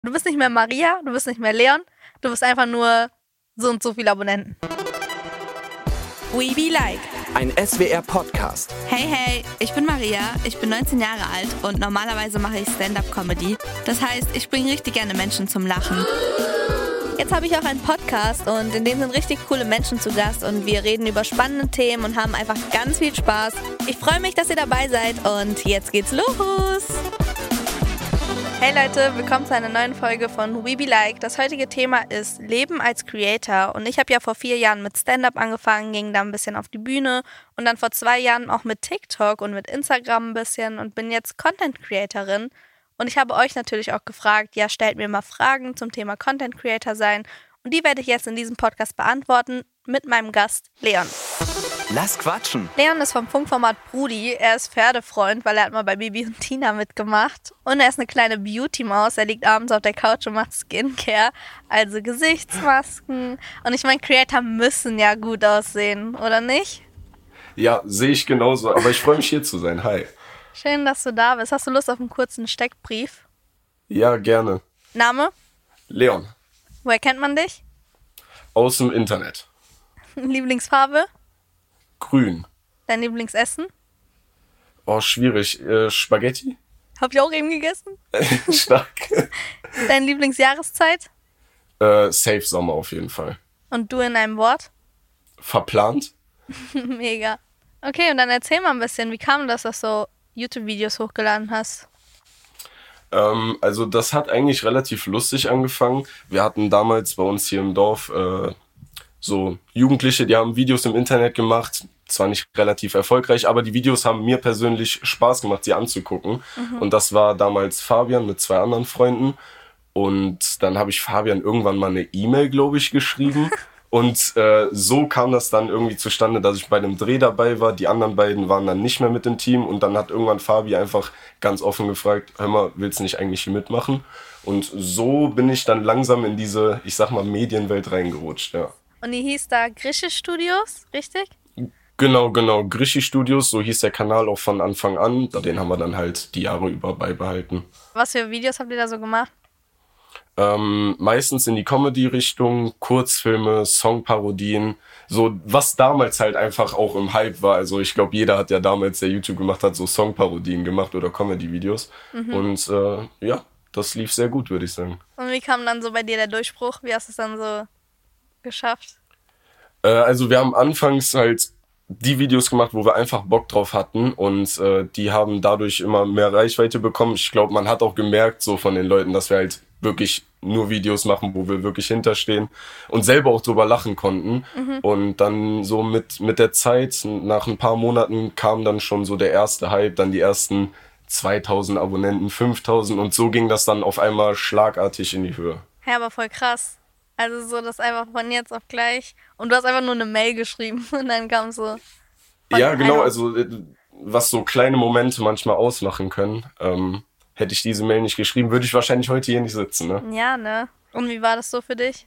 Du bist nicht mehr Maria, du bist nicht mehr Leon, du bist einfach nur so und so viele Abonnenten. We Be Like. Ein SWR-Podcast. Hey, ich bin Maria, ich bin 19 Jahre alt und normalerweise mache ich Stand-Up-Comedy. Das heißt, ich bringe richtig gerne Menschen zum Lachen. Jetzt habe ich auch einen Podcast und in dem sind richtig coole Menschen zu Gast und wir reden über spannende Themen und haben einfach ganz viel Spaß. Ich freue mich, dass ihr dabei seid und jetzt geht's los! Hey Leute, willkommen zu einer neuen Folge von We Be Like. Das heutige Thema ist Leben als Creator und ich habe ja vor 4 Jahren mit Stand-Up angefangen, ging da ein bisschen auf die Bühne und dann vor 2 Jahren auch mit TikTok und mit Instagram ein bisschen und bin jetzt Content-Creatorin. Und ich habe euch natürlich auch gefragt, ja, stellt mir mal Fragen zum Thema Content Creator sein. Und die werde ich jetzt in diesem Podcast beantworten mit meinem Gast Leon. Lass quatschen. Leon ist vom Funkformat Brudi. Er ist Pferdefreund, weil er hat mal bei Bibi und Tina mitgemacht. Und er ist eine kleine Beauty-Maus. Er liegt abends auf der Couch und macht Skincare, also Gesichtsmasken. Und ich meine, Creator müssen ja gut aussehen, oder nicht? Ja, sehe ich genauso. Aber ich freue mich, hier zu sein. Hi. Schön, dass du da bist. Hast du Lust auf einen kurzen Steckbrief? Ja, gerne. Name? Leon. Woher kennt man dich? Aus dem Internet. Lieblingsfarbe? Grün. Dein Lieblingsessen? Oh, schwierig. Spaghetti? Hab ich auch eben gegessen. Stark. Deine Lieblingsjahreszeit? Safe Sommer auf jeden Fall. Und du in einem Wort? Verplant? Mega. Okay, und dann erzähl mal ein bisschen, wie kam das, dass du YouTube-Videos hochgeladen hast? Also das hat eigentlich relativ lustig angefangen. Wir hatten damals bei uns hier im Dorf so Jugendliche, die haben Videos im Internet gemacht. Zwar nicht relativ erfolgreich, aber die Videos haben mir persönlich Spaß gemacht, sie anzugucken. Und das war damals Fabian mit 2 anderen Freunden. Und dann habe ich Fabian irgendwann mal eine E-Mail, glaube ich, geschrieben. Und so kam das dann irgendwie zustande, dass ich bei einem Dreh dabei war. Die anderen beiden waren dann nicht mehr mit im Team. Und dann hat irgendwann Fabi einfach ganz offen gefragt, hör mal, willst du nicht eigentlich hier mitmachen? Und so bin ich dann langsam in diese, ich sag mal, Medienwelt reingerutscht, ja. Und die hieß da Grische Studios, richtig? Genau, Grischi Studios, so hieß der Kanal auch von Anfang an. Den haben wir dann halt die Jahre über beibehalten. Was für Videos habt ihr da so gemacht? Meistens in die Comedy-Richtung, Kurzfilme, Songparodien, so was damals halt einfach auch im Hype war. Also ich glaube, jeder hat ja damals, der YouTube gemacht hat, so Songparodien gemacht oder Comedy-Videos. Und ja, das lief sehr gut, würde ich sagen. Und wie kam dann so bei dir der Durchbruch? Wie hast du es dann so geschafft? Also wir haben anfangs halt die Videos gemacht, wo wir einfach Bock drauf hatten und die haben dadurch immer mehr Reichweite bekommen. Ich glaube, man hat auch gemerkt so von den Leuten, dass wir halt wirklich nur Videos machen, wo wir wirklich hinterstehen und selber auch drüber lachen konnten. Und dann so mit der Zeit, nach ein paar Monaten kam dann schon so der erste Hype, dann die ersten 2000 Abonnenten, 5000 und so ging das dann auf einmal schlagartig in die Höhe. Ja, aber voll krass. Also so, das einfach von jetzt auf gleich. Und du hast einfach nur eine Mail geschrieben und dann kam so... Ja, genau, also was so kleine Momente manchmal ausmachen können. Hätte ich diese Mail nicht geschrieben, würde ich wahrscheinlich heute hier nicht sitzen, ne? Ja, ne? Und wie war das so für dich?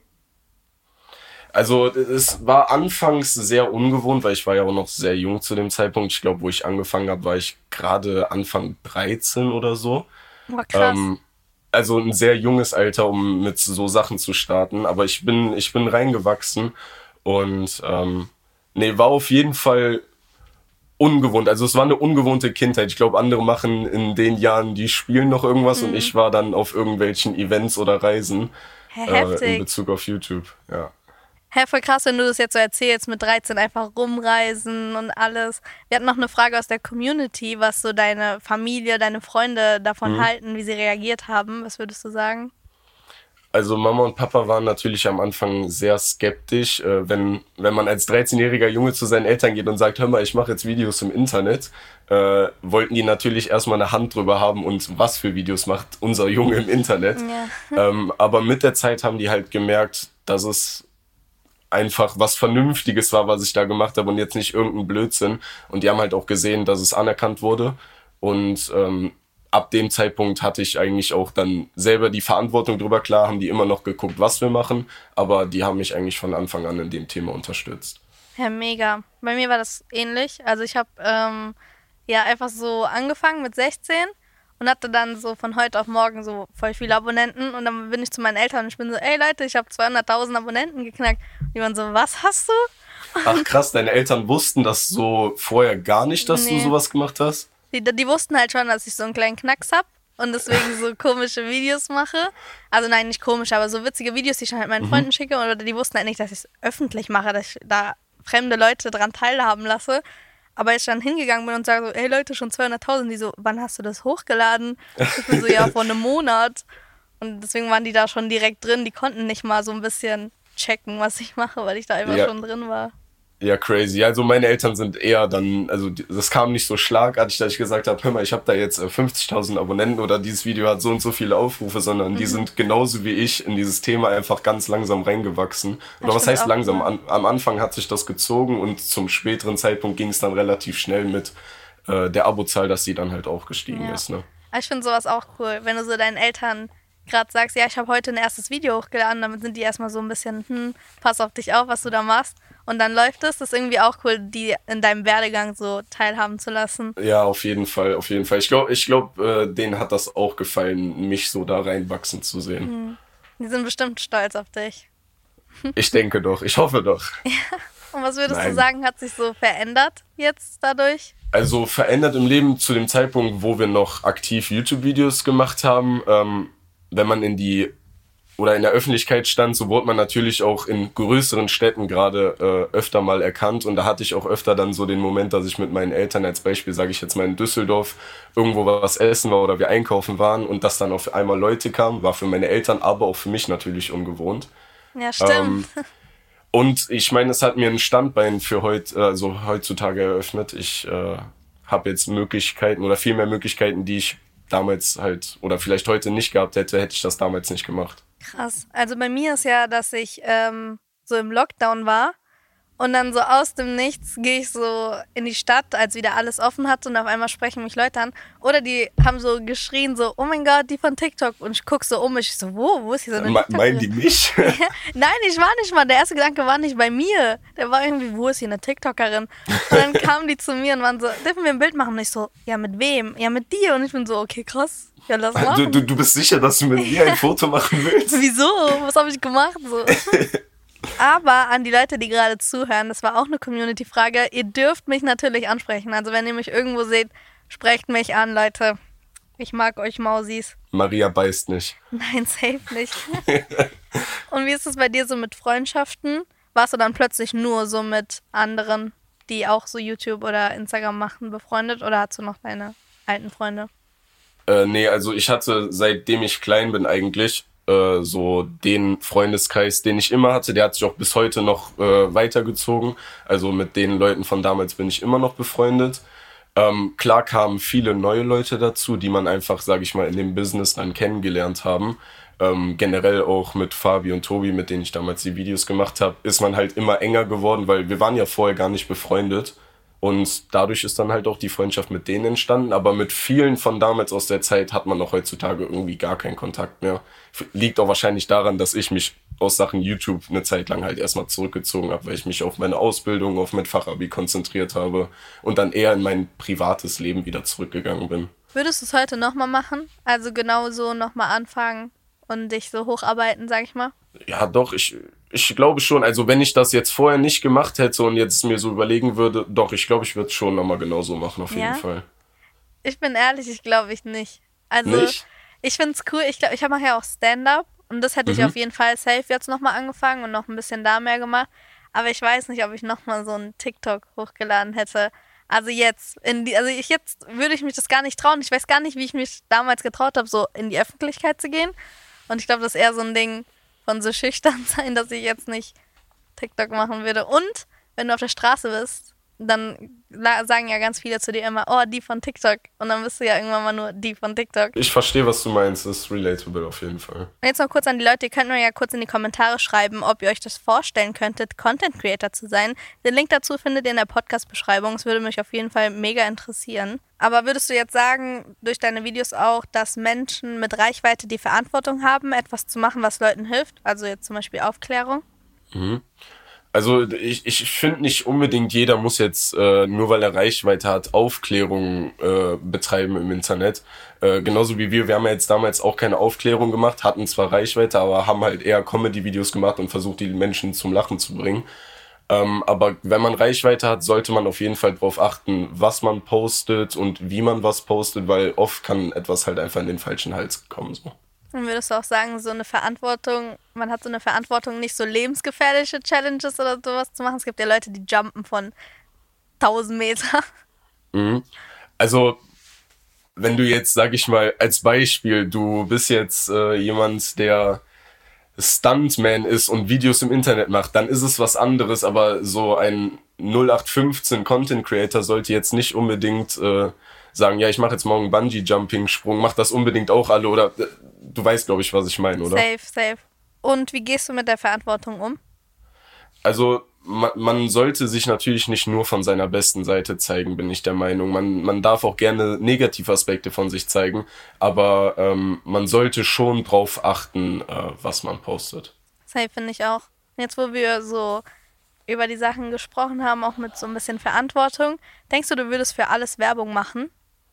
Also es war anfangs sehr ungewohnt, weil ich war ja auch noch sehr jung zu dem Zeitpunkt. Ich glaube, wo ich angefangen habe, war ich gerade Anfang 13 oder so. Boah, krass. Also ein sehr junges Alter, um mit so Sachen zu starten. Aber ich bin reingewachsen und war auf jeden Fall ungewohnt. Also es war eine ungewohnte Kindheit. Ich glaube, andere machen in den Jahren, die spielen noch irgendwas und ich war dann auf irgendwelchen Events oder Reisen Heftig. in Bezug auf YouTube. Ja. Hä, voll krass, wenn du das jetzt so erzählst, mit 13 einfach rumreisen und alles. Wir hatten noch eine Frage aus der Community, was so deine Familie, deine Freunde davon halten, wie sie reagiert haben. Was würdest du sagen? Also Mama und Papa waren natürlich am Anfang sehr skeptisch. Wenn man als 13-jähriger Junge zu seinen Eltern geht und sagt, hör mal, ich mache jetzt Videos im Internet, wollten die natürlich erstmal eine Hand drüber haben und was für Videos macht unser Junge im Internet. Ja. Aber mit der Zeit haben die halt gemerkt, dass es einfach was Vernünftiges war, was ich da gemacht habe und jetzt nicht irgendein Blödsinn. Und die haben halt auch gesehen, dass es anerkannt wurde. Und ab dem Zeitpunkt hatte ich eigentlich auch dann selber die Verantwortung drüber. Klar haben die immer noch geguckt, was wir machen, aber die haben mich eigentlich von Anfang an in dem Thema unterstützt. Ja, mega. Bei mir war das ähnlich. Also ich habe einfach so angefangen mit 16 und hatte dann so von heute auf morgen so voll viele Abonnenten und dann bin ich zu meinen Eltern und ich bin so, ey Leute, ich habe 200.000 Abonnenten geknackt. Und die waren so, was hast du? Ach krass, deine Eltern wussten das so vorher gar nicht, dass du sowas gemacht hast? Die wussten halt schon, dass ich so einen kleinen Knacks hab und deswegen so komische Videos mache. Also nein, nicht komisch, aber so witzige Videos, die ich dann halt meinen Freunden schicke. Oder die wussten halt nicht, dass ich es öffentlich mache, dass ich da fremde Leute dran teilhaben lasse. Aber ich dann hingegangen bin und sage so, ey Leute, schon 200.000. Die so, wann hast du das hochgeladen? Ich bin so, ja, vor einem Monat. Und deswegen waren die da schon direkt drin. Die konnten nicht mal so ein bisschen checken, was ich mache, weil ich da immer schon drin war. Ja, crazy. Also meine Eltern sind eher dann, also das kam nicht so schlagartig, dass ich gesagt habe, hör mal, ich habe da jetzt 50.000 Abonnenten oder dieses Video hat so und so viele Aufrufe, sondern die sind genauso wie ich in dieses Thema einfach ganz langsam reingewachsen. Oder was heißt langsam? Am Anfang hat sich das gezogen und zum späteren Zeitpunkt ging es dann relativ schnell mit der Abozahl, dass die dann halt auch gestiegen ist. Ne? Ich finde sowas auch cool, wenn du so deinen Eltern gerade sagst, ja, ich habe heute ein erstes Video hochgeladen, damit sind die erstmal so ein bisschen, pass auf dich auf, was du da machst. Und dann läuft es. Das ist irgendwie auch cool, die in deinem Werdegang so teilhaben zu lassen. Ja, auf jeden Fall, auf jeden Fall. Ich glaube, denen hat das auch gefallen, mich so da reinwachsen zu sehen. Die sind bestimmt stolz auf dich. Ich denke doch, ich hoffe doch. Ja. Und was würdest du sagen, hat sich so verändert jetzt dadurch? Also verändert im Leben zu dem Zeitpunkt, wo wir noch aktiv YouTube-Videos gemacht haben, wenn man in der Öffentlichkeit stand, so wurde man natürlich auch in größeren Städten gerade öfter mal erkannt und da hatte ich auch öfter dann so den Moment, dass ich mit meinen Eltern als Beispiel, sage ich jetzt mal in Düsseldorf, irgendwo was essen war oder wir einkaufen waren und dass dann auf einmal Leute kamen, war für meine Eltern, aber auch für mich natürlich ungewohnt. Ja, stimmt. Und ich meine, es hat mir ein Standbein für heutzutage eröffnet. Ich habe jetzt Möglichkeiten oder viel mehr Möglichkeiten, die ich damals halt oder vielleicht heute nicht gehabt hätte ich das damals nicht gemacht. Krass. Also bei mir ist ja, dass ich so im Lockdown war und dann so aus dem Nichts gehe ich so in die Stadt, als wieder alles offen hatte und auf einmal sprechen mich Leute an. Oder die haben so geschrien so, oh mein Gott, die von TikTok. Und ich gucke so um mich, ich so, wo ist hier so eine TikTokerin? Meinen die mich? Nein, ich war nicht mal. Der erste Gedanke war nicht bei mir. Der war irgendwie, wo ist hier eine TikTokerin? Und dann kamen die zu mir und waren so, dürfen wir ein Bild machen? Und ich so, ja, mit wem? Ja, mit dir. Und ich bin so, okay, krass. Ja, lass machen. Du bist sicher, dass du mit mir ein Foto machen willst? Wieso? Was habe ich gemacht? So. Aber an die Leute, die gerade zuhören, das war auch eine Community-Frage, ihr dürft mich natürlich ansprechen. Also wenn ihr mich irgendwo seht, sprecht mich an, Leute. Ich mag euch Mausis. Maria beißt nicht. Nein, safe nicht. Und wie ist es bei dir so mit Freundschaften? Warst du dann plötzlich nur so mit anderen, die auch so YouTube oder Instagram machen, befreundet? Oder hast du noch deine alten Freunde? Nee, also ich hatte, seitdem ich klein bin eigentlich, so den Freundeskreis, den ich immer hatte, der hat sich auch bis heute noch weitergezogen. Also mit den Leuten von damals bin ich immer noch befreundet. Klar kamen viele neue Leute dazu, die man einfach, sage ich mal, in dem Business dann kennengelernt haben. Generell auch mit Fabi und Tobi, mit denen ich damals die Videos gemacht habe, ist man halt immer enger geworden, weil wir waren ja vorher gar nicht befreundet. Und dadurch ist dann halt auch die Freundschaft mit denen entstanden. Aber mit vielen von damals aus der Zeit hat man auch heutzutage irgendwie gar keinen Kontakt mehr. Liegt auch wahrscheinlich daran, dass ich mich aus Sachen YouTube eine Zeit lang halt erstmal zurückgezogen habe, weil ich mich auf meine Ausbildung, auf mein Fachabi konzentriert habe und dann eher in mein privates Leben wieder zurückgegangen bin. Würdest du es heute nochmal machen? Also genau so nochmal anfangen und dich so hocharbeiten, sag ich mal? Ja, doch, ich glaube schon. Also wenn ich das jetzt vorher nicht gemacht hätte und jetzt mir so überlegen würde, doch, ich glaube, ich würde es schon nochmal genauso machen, auf jeden Fall. Ich bin ehrlich, ich glaube ich nicht. Also nicht? Ich finde es cool. Ich glaube, ich mache ja auch Stand-up und das hätte ich auf jeden Fall safe jetzt nochmal angefangen und noch ein bisschen da mehr gemacht. Aber ich weiß nicht, ob ich nochmal so einen TikTok hochgeladen hätte. Also jetzt würde ich mich das gar nicht trauen. Ich weiß gar nicht, wie ich mich damals getraut habe, so in die Öffentlichkeit zu gehen. Und ich glaube, das ist eher so ein Ding von so schüchtern sein, dass ich jetzt nicht TikTok machen würde. Und wenn du auf der Straße bist, dann sagen ja ganz viele zu dir immer, oh, die von TikTok. Und dann bist du ja irgendwann mal nur die von TikTok. Ich verstehe, was du meinst. Das ist relatable auf jeden Fall. Und jetzt noch kurz an die Leute, ihr könnt mir ja kurz in die Kommentare schreiben, ob ihr euch das vorstellen könntet, Content Creator zu sein. Den Link dazu findet ihr in der Podcast-Beschreibung. Es würde mich auf jeden Fall mega interessieren. Aber würdest du jetzt sagen, durch deine Videos auch, dass Menschen mit Reichweite die Verantwortung haben, etwas zu machen, was Leuten hilft? Also jetzt zum Beispiel Aufklärung? Also ich finde nicht unbedingt jeder muss jetzt, nur weil er Reichweite hat, Aufklärung betreiben im Internet. Genauso wie wir haben ja jetzt damals auch keine Aufklärung gemacht, hatten zwar Reichweite, aber haben halt eher Comedy-Videos gemacht und versucht, die Menschen zum Lachen zu bringen. Aber wenn man Reichweite hat, sollte man auf jeden Fall darauf achten, was man postet und wie man was postet, weil oft kann etwas halt einfach in den falschen Hals kommen. So. Und würdest du auch sagen, so eine Verantwortung, man hat so eine Verantwortung, nicht so lebensgefährliche Challenges oder sowas zu machen? Es gibt ja Leute, die jumpen von 1000 Meter. Mhm. Also, wenn du jetzt, sag ich mal, als Beispiel, du bist jetzt jemand, der Stuntman ist und Videos im Internet macht, dann ist es was anderes, aber so ein 0815 Content Creator sollte jetzt nicht unbedingt sagen, ja, ich mache jetzt morgen Bungee-Jumping-Sprung, mach das unbedingt auch alle oder du weißt, glaube ich, was ich meine, oder? Safe. Und wie gehst du mit der Verantwortung um? Also man sollte sich natürlich nicht nur von seiner besten Seite zeigen, bin ich der Meinung. Man darf auch gerne Negativaspekte von sich zeigen, aber man sollte schon drauf achten, was man postet. Safe, finde ich auch. Jetzt, wo wir so über die Sachen gesprochen haben, auch mit so ein bisschen Verantwortung, denkst du würdest für alles Werbung machen?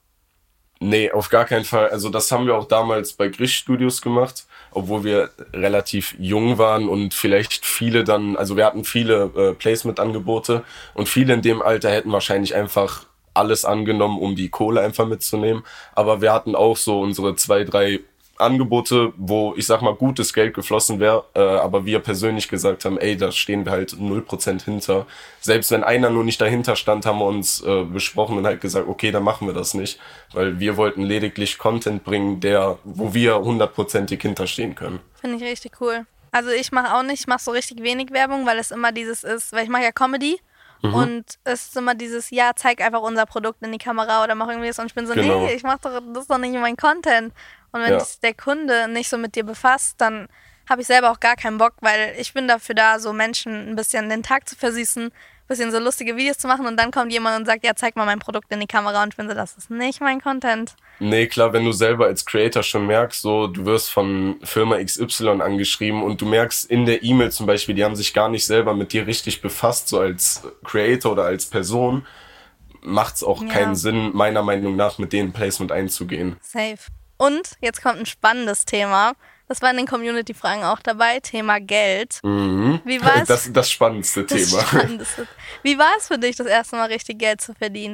Nee, auf gar keinen Fall. Also das haben wir auch damals bei Grisch Studios gemacht, obwohl wir relativ jung waren und vielleicht viele dann, also wir hatten viele Placement-Angebote und viele in dem Alter hätten wahrscheinlich einfach alles angenommen, um die Kohle einfach mitzunehmen. Aber wir hatten auch so unsere 2, 3 Angebote, wo ich sag mal gutes Geld geflossen wäre, aber wir persönlich gesagt haben, ey, da stehen wir halt 0% hinter. Selbst wenn einer nur nicht dahinter stand, haben wir uns besprochen und halt gesagt, okay, dann machen wir das nicht, weil wir wollten lediglich Content bringen, wo wir 100%ig hinterstehen können. Finde ich richtig cool. Also ich mache so richtig wenig Werbung, weil es immer dieses ist, weil ich mache ja Comedy. Und es ist immer dieses, ja, zeig einfach unser Produkt in die Kamera oder mach irgendwie das. Und ich bin so, Genau. Nee, das ist doch nicht mein Content. Und wenn sich der Kunde nicht so mit dir befasst, dann habe ich selber auch gar keinen Bock, weil ich bin dafür da, so Menschen ein bisschen den Tag zu versüßen, ein bisschen so lustige Videos zu machen und dann kommt jemand und sagt, ja, zeig mal mein Produkt in die Kamera und ich bin so, das ist nicht mein Content. Nee, klar, wenn du selber als Creator schon merkst, so du wirst von Firma XY angeschrieben und du merkst in der E-Mail zum Beispiel, die haben sich gar nicht selber mit dir richtig befasst, so als Creator oder als Person, macht's auch keinen Sinn, meiner Meinung nach, mit denen Placement einzugehen. Safe. Und jetzt kommt ein spannendes Thema. Das war in den Community-Fragen auch dabei, Thema Geld. Wie war es? Das spannendste Thema. Wie war es für dich, das erste Mal richtig Geld zu verdienen?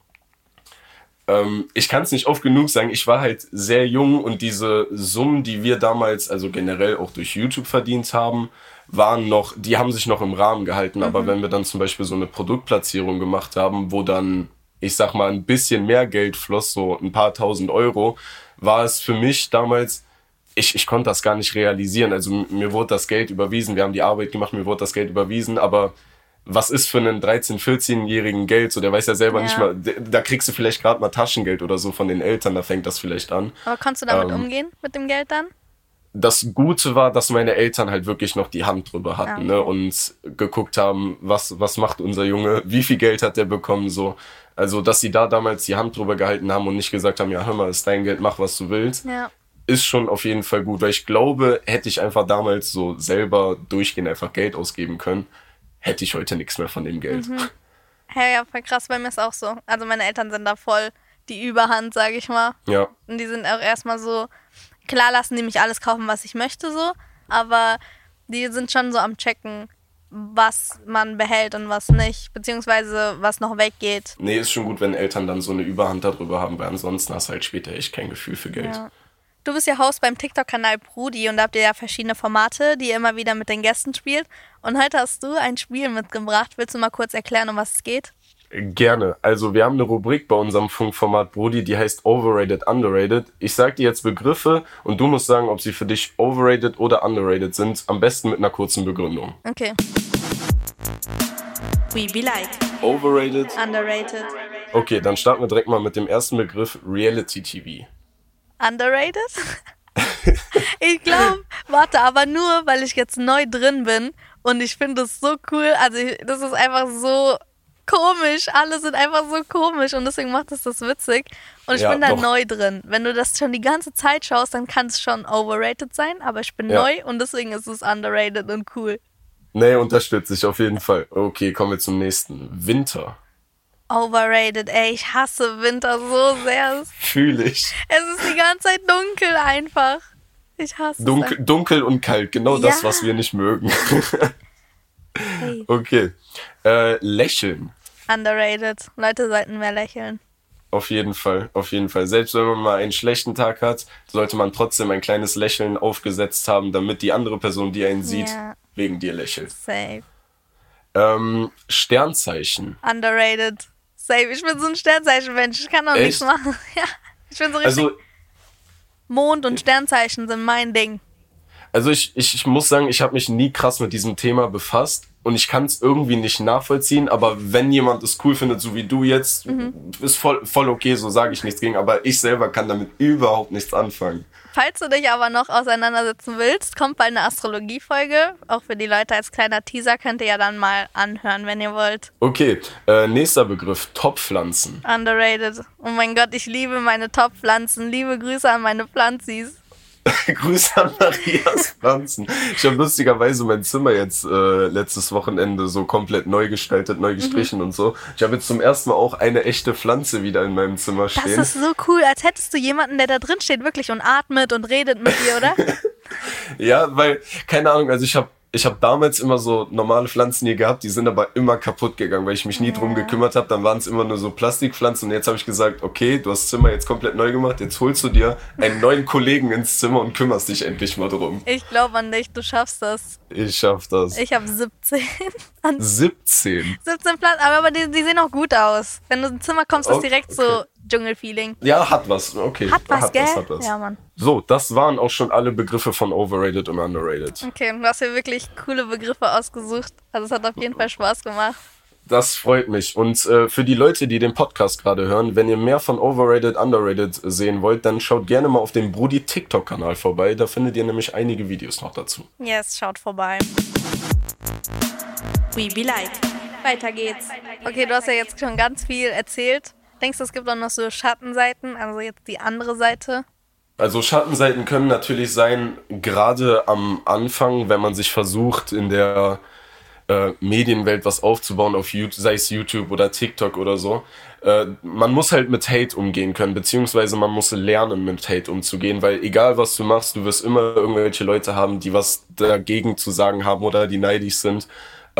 Ich kann es nicht oft genug sagen, ich war halt sehr jung und diese Summen, die wir damals, also generell auch durch YouTube verdient haben, die haben sich noch im Rahmen gehalten. Aber wenn wir dann zum Beispiel so eine Produktplatzierung gemacht haben, wo dann, ich sag mal, ein bisschen mehr Geld floss, so ein paar 1000 Euro, war es für mich damals, ich konnte das gar nicht realisieren. Also mir wurde das Geld überwiesen, wir haben die Arbeit gemacht, mir wurde das Geld überwiesen, aber was ist für einen 13-, 14-jährigen Geld? So, der weiß ja selber nicht mal, da kriegst du vielleicht gerade mal Taschengeld oder so von den Eltern, da fängt das vielleicht an. Aber konntest du damit umgehen, mit dem Geld dann? Das Gute war, dass meine Eltern halt wirklich noch die Hand drüber hatten, ne, und geguckt haben, was macht unser Junge, wie viel Geld hat der bekommen, so. Also, dass sie da damals die Hand drüber gehalten haben und nicht gesagt haben, ja, hör mal, ist dein Geld, mach, was du willst, ist schon auf jeden Fall gut, weil ich glaube, hätte ich einfach damals so selber durchgehend einfach Geld ausgeben können, hätte ich heute nichts mehr von dem Geld. Ja, voll krass, bei mir ist auch so. Also meine Eltern sind da voll die Überhand, sage ich mal. Ja. Und die sind auch erstmal so, klar lassen die mich alles kaufen, was ich möchte so, aber die sind schon so am Checken, was man behält und was nicht, beziehungsweise was noch weggeht. Nee, ist schon gut, wenn Eltern dann so eine Überhand darüber haben, weil ansonsten hast du halt später echt kein Gefühl für Geld. Ja. Du bist ja Host beim TikTok-Kanal Brudi und da habt ihr ja verschiedene Formate, die ihr immer wieder mit den Gästen spielt. Und heute hast du ein Spiel mitgebracht. Willst du mal kurz erklären, um was es geht? Gerne. Also wir haben eine Rubrik bei unserem Funkformat Brudi, die heißt Overrated, Underrated. Ich sag dir jetzt Begriffe und du musst sagen, ob sie für dich overrated oder underrated sind. Am besten mit einer kurzen Begründung. Okay. We be like. Overrated. Underrated. Okay, dann starten wir direkt mal mit dem ersten Begriff Reality TV. Underrated? Ich glaube, warte, aber nur, weil ich jetzt neu drin bin und ich finde das so cool. Also das ist einfach so komisch. Alle sind einfach so komisch und deswegen macht es das witzig. Und ich bin da neu drin. Wenn du das schon die ganze Zeit schaust, dann kann es schon overrated sein, aber ich bin neu und deswegen ist es underrated und cool. Nee, unterstütze ich auf jeden Fall. Okay, kommen wir zum nächsten. Winter. Overrated, ey, ich hasse Winter so sehr. Fühle ich. Es ist die ganze Zeit dunkel einfach. Ich hasse es. Dunkel und kalt, genau das, Ja. was wir nicht mögen. Hey. Okay. Lächeln. Underrated. Leute sollten mehr lächeln. Auf jeden Fall, auf jeden Fall. Selbst wenn man mal einen schlechten Tag hat, sollte man trotzdem ein kleines Lächeln aufgesetzt haben, damit die andere Person, die einen sieht, Ja. wegen dir lächelt. Safe. Sternzeichen. Underrated. Safe. Ich bin so ein Sternzeichen-Mensch. Ich kann doch nichts Echt? machen. Ja. Ich bin so richtig. Also, Mond und Sternzeichen sind mein Ding. Also ich muss sagen, ich habe mich nie krass mit diesem Thema befasst und ich kann es irgendwie nicht nachvollziehen, aber wenn jemand es cool findet, so wie du jetzt, ist voll okay, so sage ich nichts gegen, aber ich selber kann damit überhaupt nichts anfangen. Falls du dich aber noch auseinandersetzen willst, kommt bald eine Astrologie-Folge. Auch für die Leute als kleiner Teaser könnt ihr ja dann mal anhören, wenn ihr wollt. Okay, nächster Begriff, Topfpflanzen. Underrated. Oh mein Gott, ich liebe meine Top-Pflanzen. Liebe Grüße an meine Pflanzis. Grüße an Marias Pflanzen. Ich habe lustigerweise mein Zimmer jetzt letztes Wochenende so komplett neu gestaltet, neu gestrichen und so. Ich habe jetzt zum ersten Mal auch eine echte Pflanze wieder in meinem Zimmer stehen. Das ist so cool, als hättest du jemanden, der da drin steht, wirklich und atmet und redet mit dir, oder? Ja, weil, keine Ahnung, also ich hab damals immer so normale Pflanzen hier gehabt, die sind aber immer kaputt gegangen, weil ich mich nie drum gekümmert habe. Dann waren es immer nur so Plastikpflanzen und jetzt habe ich gesagt, okay, du hast das Zimmer jetzt komplett neu gemacht, jetzt holst du dir einen neuen Kollegen ins Zimmer und kümmerst dich endlich mal drum. Ich glaube an dich, du schaffst das. Ich schaff das. Ich habe 17. 17? 17 Pflanzen, aber die sehen auch gut aus. Wenn du ins Zimmer kommst, ist direkt Okay. so Dschungelfeeling. Ja, hat was, okay. Hat was, gell? Hat was. Ja, Mann. So, das waren auch schon alle Begriffe von overrated und underrated. Okay, du hast hier wirklich coole Begriffe ausgesucht. Also es hat auf jeden Fall Spaß gemacht. Das freut mich. Und für die Leute, die den Podcast gerade hören, wenn ihr mehr von Overrated, Underrated sehen wollt, dann schaut gerne mal auf dem Brudi TikTok-Kanal vorbei. Da findet ihr nämlich einige Videos noch dazu. Yes, schaut vorbei. We be like. Weiter geht's. Okay, du hast ja jetzt schon ganz viel erzählt. Denkst du, es gibt auch noch so Schattenseiten, also jetzt die andere Seite? Also Schattenseiten können natürlich sein, gerade am Anfang, wenn man sich versucht, in der Medienwelt was aufzubauen, auf YouTube, sei es YouTube oder TikTok oder so. Man muss halt mit Hate umgehen können, beziehungsweise man muss lernen, mit Hate umzugehen, weil egal was du machst, du wirst immer irgendwelche Leute haben, die was dagegen zu sagen haben oder die neidisch sind.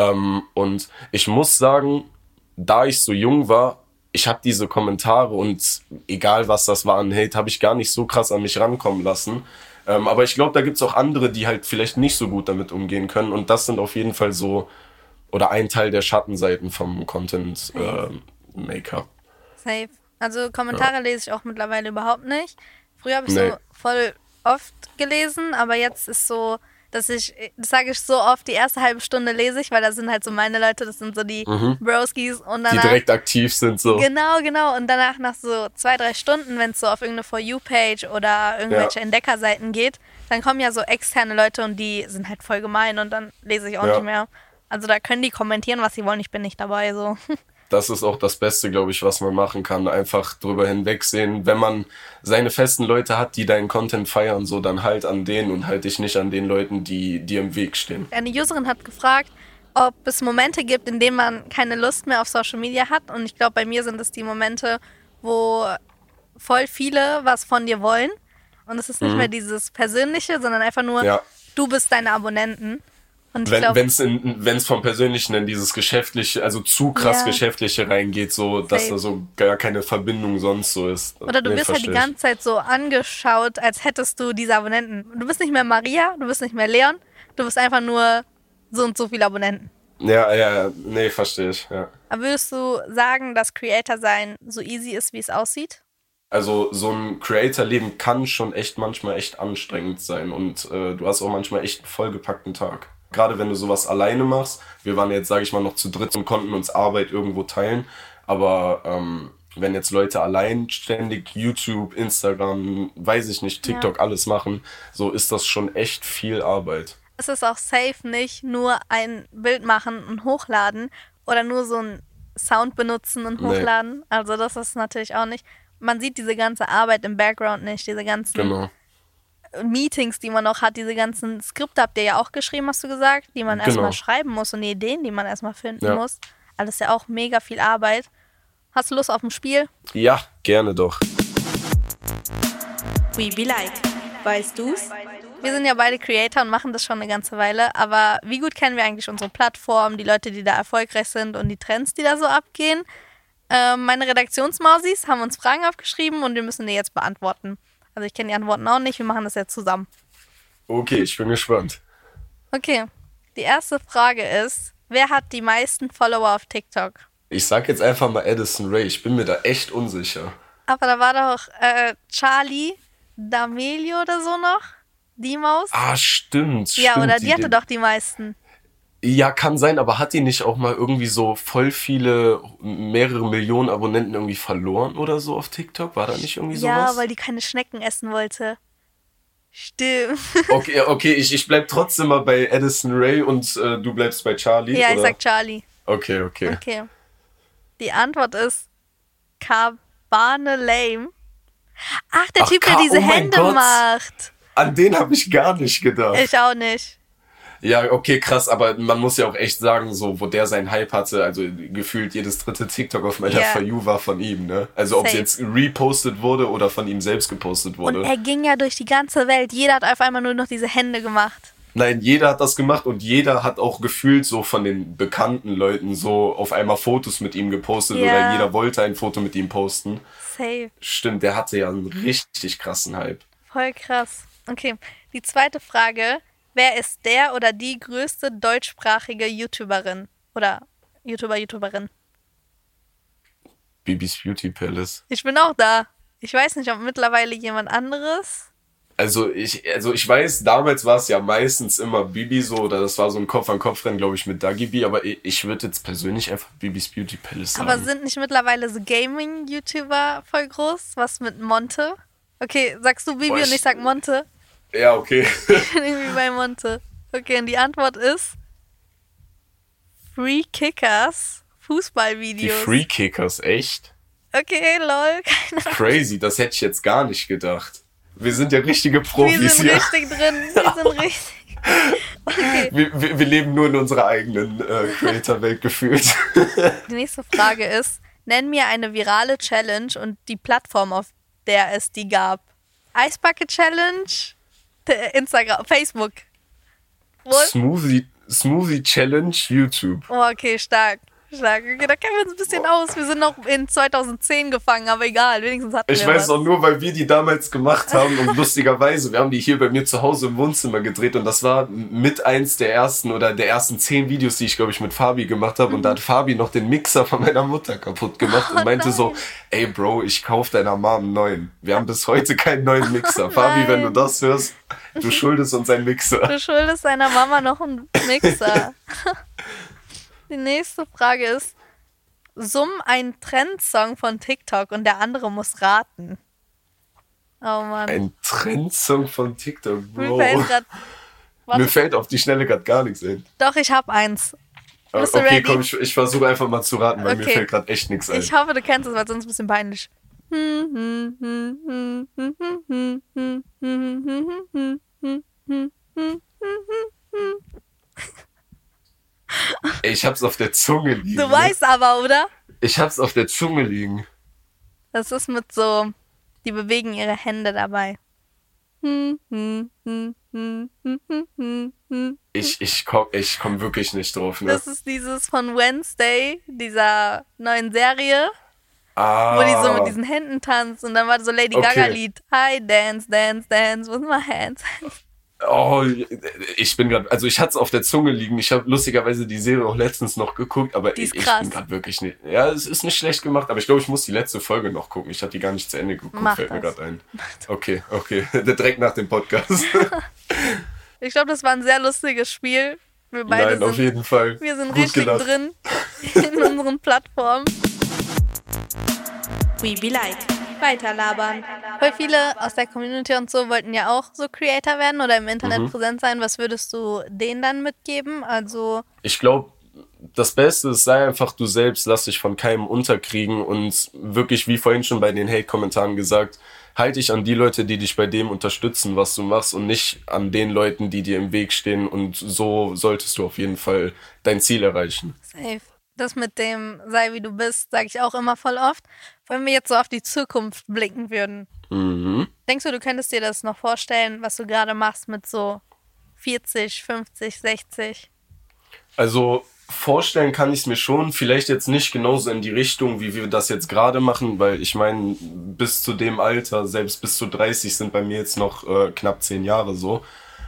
Und ich muss sagen, da ich so jung war, ich habe diese Kommentare und egal was das war an Hate, habe ich gar nicht so krass an mich rankommen lassen. Aber ich glaube, da gibt's auch andere, die halt vielleicht nicht so gut damit umgehen können. Und das sind auf jeden Fall so, oder ein Teil der Schattenseiten vom Content Maker. Safe. Also Kommentare lese ich auch mittlerweile überhaupt nicht. Früher habe ich Nee. so voll oft gelesen, aber jetzt ist so, dass das sage ich so oft, die erste halbe Stunde lese ich, weil das sind halt so meine Leute, das sind so die Broskis und Die danach... direkt aktiv sind so. Genau. Und danach nach so 2-3 Stunden, wenn es so auf irgendeine For You-Page oder irgendwelche Entdeckerseiten geht, dann kommen ja so externe Leute und die sind halt voll gemein und dann lese ich auch Ja. nicht mehr. Also da können die kommentieren, was sie wollen, ich bin nicht dabei, so. Das ist auch das Beste, glaube ich, was man machen kann. Einfach drüber hinwegsehen. Wenn man seine festen Leute hat, die deinen Content feiern, so dann halt an denen und halt dich nicht an den Leuten, die dir im Weg stehen. Eine Userin hat gefragt, ob es Momente gibt, in denen man keine Lust mehr auf Social Media hat. Und ich glaube, bei mir sind es die Momente, wo voll viele was von dir wollen. Und es ist nicht mehr dieses Persönliche, sondern einfach nur, Ja. du bist deine Abonnenten. Und ich glaube, Wenn es vom Persönlichen in dieses Geschäftliche, also zu krass Ja. Geschäftliche reingeht, so dass Safe. da so gar keine Verbindung sonst so ist. oder du Nee, wirst halt die versteh ich. ganze Zeit so angeschaut, als hättest du diese Abonnenten. Du bist nicht mehr Maria, du bist nicht mehr Leon, du bist einfach nur so und so viele Abonnenten. Ja, nee, verstehe ich, ja. Aber würdest du sagen, dass Creator sein so easy ist, wie es aussieht? Also so ein Creator-Leben kann schon echt manchmal echt anstrengend sein und du hast auch manchmal echt einen vollgepackten Tag. Gerade wenn du sowas alleine machst, wir waren jetzt, sage ich mal, noch zu dritt und konnten uns Arbeit irgendwo teilen, aber wenn jetzt Leute allein ständig YouTube, Instagram, weiß ich nicht, TikTok, alles machen, so ist das schon echt viel Arbeit. Es ist auch safe nicht nur ein Bild machen und hochladen oder nur so einen Sound benutzen und Nee. hochladen. Also das ist natürlich auch nicht. Man sieht diese ganze Arbeit im Background nicht, diese ganzen Genau. Meetings, die man auch hat, diese ganzen Skripte habt ihr ja auch geschrieben, hast du gesagt, die man erstmal schreiben muss und die Ideen, die man erstmal finden muss. Alles ja auch mega viel Arbeit. Hast du Lust auf ein Spiel? Ja, gerne doch. We be like. Weißt du's? Wir sind ja beide Creator und machen das schon eine ganze Weile, aber wie gut kennen wir eigentlich unsere Plattform, die Leute, die da erfolgreich sind und die Trends, die da so abgehen? Meine Redaktionsmausis haben uns Fragen aufgeschrieben und wir müssen die jetzt beantworten. Also ich kenne die Antworten auch nicht, wir machen das jetzt zusammen. Okay, ich bin gespannt. Okay, die erste Frage ist, wer hat die meisten Follower auf TikTok? Ich sag jetzt einfach mal Addison Rae, ich bin mir da echt unsicher. Aber da war doch Charli D'Amelio oder so noch, die Maus. Ah, stimmt. Ja, stimmt, oder die hatte doch die meisten. Ja, kann sein, aber hat die nicht auch mal irgendwie so voll viele, mehrere Millionen Abonnenten irgendwie verloren oder so auf TikTok? War da nicht irgendwie sowas? Ja, weil die keine Schnecken essen wollte. Stimmt. Okay, ich bleib trotzdem mal bei Addison Rae und du bleibst bei Charli, Ja, oder? ich sag Charli. Okay. Okay. Die Antwort ist Cabane Lame. Ach, der Typ, der diese Hände Gott. macht. An den habe ich gar nicht gedacht. Ich auch nicht. Ja, okay, krass, aber man muss ja auch echt sagen, so, wo der seinen Hype hatte, also gefühlt jedes dritte TikTok auf meiner For You war von ihm, ne? Also ob es jetzt repostet wurde oder von ihm selbst gepostet wurde. Und er ging ja durch die ganze Welt. Jeder hat auf einmal nur noch diese Hände gemacht. Nein, jeder hat das gemacht und jeder hat auch gefühlt so von den bekannten Leuten so auf einmal Fotos mit ihm gepostet oder jeder wollte ein Foto mit ihm posten. Safe. Stimmt, der hatte ja einen richtig krassen Hype. Voll krass. Okay, die zweite Frage. Wer ist der oder die größte deutschsprachige YouTuberin? Oder YouTuberin? Bibis Beauty Palace. Ich bin auch da. Ich weiß nicht, ob mittlerweile jemand anderes. Also ich weiß, damals war es ja meistens immer Bibi so, oder das war so ein Kopf-an-Kopf-Rennen, glaube ich, mit Dagi B, aber ich würde jetzt persönlich einfach Bibis Beauty Palace sagen. Aber sind nicht mittlerweile so Gaming-YouTuber voll groß? Was mit Monte? Okay, sagst du Bibi und ich sag Monte? Ja, okay. Ich bin irgendwie bei Monte. Okay, und die Antwort ist Free Kickers Fußballvideos. Die Free Kickers, echt? Okay, lol. Keine Ahnung. Crazy, das hätte ich jetzt gar nicht gedacht. Wir sind ja richtige Profis Wir sind hier. richtig drin. Wir sind richtig. Okay. Wir leben nur in unserer eigenen Creator-Welt gefühlt. Die nächste Frage ist, nenn mir eine virale Challenge und die Plattform, auf der es die gab. Ice Bucket Challenge, Instagram, Facebook. Smoothie Challenge, YouTube. Oh, okay, stark. Okay, da kennen wir uns ein bisschen aus. Wir sind noch in 2010 gefangen, aber egal, wenigstens hatten wir Ich weiß was. auch nur, weil wir die damals gemacht haben und lustigerweise, wir haben die hier bei mir zu Hause im Wohnzimmer gedreht und das war mit eins der ersten 10 Videos, die ich, glaube ich, mit Fabi gemacht habe und da hat Fabi noch den Mixer von meiner Mutter kaputt gemacht und meinte so, ey Bro, ich kauf deiner Mom einen neuen. Wir haben bis heute keinen neuen Mixer. Fabi, wenn du das hörst, du schuldest uns einen Mixer. Du schuldest deiner Mama noch einen Mixer. Die nächste Frage ist, summ einen Trendsong von TikTok und der andere muss raten. Oh Mann. Ein Trendsong von TikTok, Bro. Mir fällt auf die Schnelle gerade gar nichts ein. Doch, ich hab eins. Bist du okay, ready? komm, ich versuche einfach mal zu raten, weil Okay. mir fällt gerade echt nichts ein. Ich hoffe, du kennst es, weil sonst ein bisschen peinlich. Ich hab's auf der Zunge liegen. Du weißt aber, oder? Ich hab's auf der Zunge liegen. Das ist mit so, die bewegen ihre Hände dabei. Ich komm wirklich nicht drauf, ne? Das ist dieses von Wednesday, dieser neuen Serie, Ah. wo die so mit diesen Händen tanzt und dann war so Lady Gaga Lied. I dance, dance, dance with my hands. Oh, ich bin gerade, also ich hatte es auf der Zunge liegen. Ich habe lustigerweise die Serie auch letztens noch geguckt, aber Die ist ich krass. bin gerade wirklich nicht. Ja, es ist nicht schlecht gemacht, aber ich glaube, ich muss die letzte Folge noch gucken. Ich habe die gar nicht zu Ende geguckt, Mach fällt mir das. gerade ein. Okay. Direkt nach dem Podcast. Ich glaube, das war ein sehr lustiges Spiel. Wir beide Nein, auf sind, jeden Fall. wir sind Gut richtig gelacht. drin in unseren Plattformen. We be like. Weiterlabern. Voll viele aus der Community und so wollten ja auch so Creator werden oder im Internet präsent sein. Was würdest du denen dann mitgeben? Also, Ich glaube, das Beste ist, sei einfach du selbst, lass dich von keinem unterkriegen und wirklich, wie vorhin schon bei den Hate-Kommentaren gesagt, halt dich an die Leute, die dich bei dem unterstützen, was du machst und nicht an den Leuten, die dir im Weg stehen, und so solltest du auf jeden Fall dein Ziel erreichen. Safe. Das mit dem sei wie du bist, sage ich auch immer voll oft. Wenn wir jetzt so auf die Zukunft blicken würden. Denkst du könntest dir das noch vorstellen, was du gerade machst mit so 40, 50, 60? Also vorstellen kann ich es mir schon, vielleicht jetzt nicht genauso in die Richtung, wie wir das jetzt gerade machen, weil ich meine, bis zu dem Alter, selbst bis zu 30 sind bei mir jetzt noch knapp 10 Jahre so.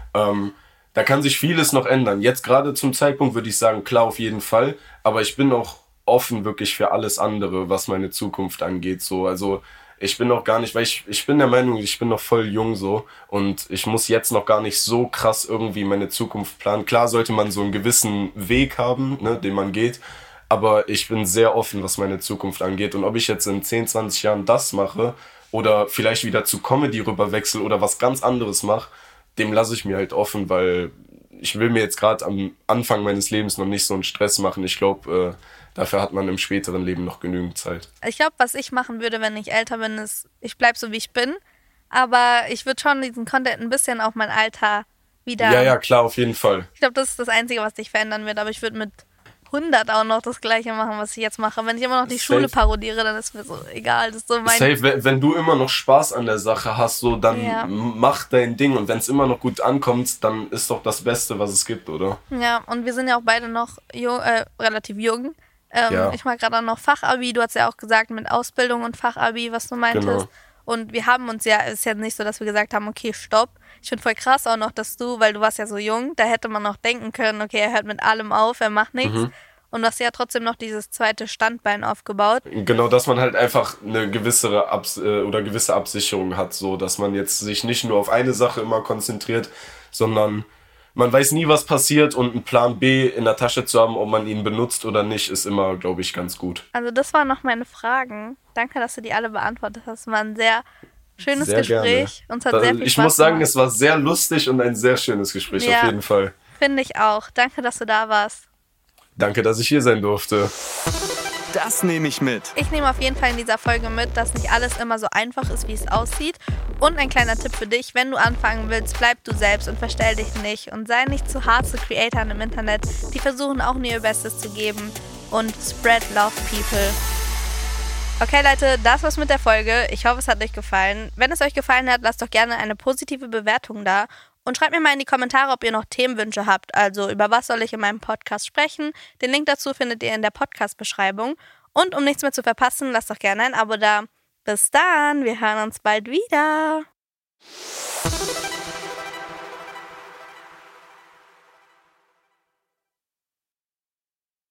Da kann sich vieles noch ändern. Jetzt gerade zum Zeitpunkt würde ich sagen, klar, auf jeden Fall, aber ich bin auch offen wirklich für alles andere, was meine Zukunft angeht. So, also ich bin noch gar nicht, weil ich bin der Meinung, ich bin noch voll jung so und ich muss jetzt noch gar nicht so krass irgendwie meine Zukunft planen. Klar sollte man so einen gewissen Weg haben, ne, den man geht, aber ich bin sehr offen, was meine Zukunft angeht. Und ob ich jetzt in 10, 20 Jahren das mache oder vielleicht wieder zu Comedy rüber wechsle oder was ganz anderes mache, dem lasse ich mir halt offen, weil ich will mir jetzt gerade am Anfang meines Lebens noch nicht so einen Stress machen. Ich glaube, dafür hat man im späteren Leben noch genügend Zeit. Ich glaube, was ich machen würde, wenn ich älter bin, ist, ich bleibe so, wie ich bin. Aber ich würde schon diesen Content ein bisschen auf mein Alter wieder... Ja, klar, auf jeden Fall. Ich glaube, das ist das Einzige, was sich verändern wird. Aber ich würde mit 100 auch noch das Gleiche machen, was ich jetzt mache. Wenn ich immer noch die Schule parodiere, dann ist mir so egal. Das ist so mein... Safe, wenn du immer noch Spaß an der Sache hast, so, dann mach dein Ding. Und wenn es immer noch gut ankommt, dann ist doch das Beste, was es gibt, oder? Ja, und wir sind ja auch beide noch relativ jung. Ich mache gerade auch noch Fachabi. Du hast ja auch gesagt, mit Ausbildung und Fachabi, was du meintest. Genau. Und wir haben uns ja, es ist ja nicht so, dass wir gesagt haben, okay, stopp. Ich finde voll krass auch noch, dass du, weil du warst ja so jung, da hätte man noch denken können, okay, er hört mit allem auf, er macht nichts. Und du hast ja trotzdem noch dieses zweite Standbein aufgebaut. Genau, dass man halt einfach eine gewisse Absicherung hat, so, dass man jetzt sich nicht nur auf eine Sache immer konzentriert, sondern man weiß nie, was passiert, und einen Plan B in der Tasche zu haben, ob man ihn benutzt oder nicht, ist immer, glaube ich, ganz gut. Also das waren noch meine Fragen. Danke, dass du die alle beantwortet hast. Es war ein sehr schönes sehr Gespräch. Gerne. Uns hat sehr viel Spaß Ich muss sagen, gemacht. es war sehr lustig und ein sehr schönes Gespräch, auf jeden Fall. Finde ich auch. Danke, dass du da warst. Danke, dass ich hier sein durfte. Das nehme ich mit. Ich nehme auf jeden Fall in dieser Folge mit, dass nicht alles immer so einfach ist, wie es aussieht. Und ein kleiner Tipp für dich, wenn du anfangen willst, bleib du selbst und verstell dich nicht. Und sei nicht zu hart zu Creatoren im Internet. Die versuchen auch nur ihr Bestes zu geben. Und spread love, people. Okay, Leute, das war's mit der Folge. Ich hoffe, es hat euch gefallen. Wenn es euch gefallen hat, lasst doch gerne eine positive Bewertung da. Und schreibt mir mal in die Kommentare, ob ihr noch Themenwünsche habt. Also über was soll ich in meinem Podcast sprechen. Den Link dazu findet ihr in der Podcast-Beschreibung. Und um nichts mehr zu verpassen, lasst doch gerne ein Abo da. Bis dann, wir hören uns bald wieder.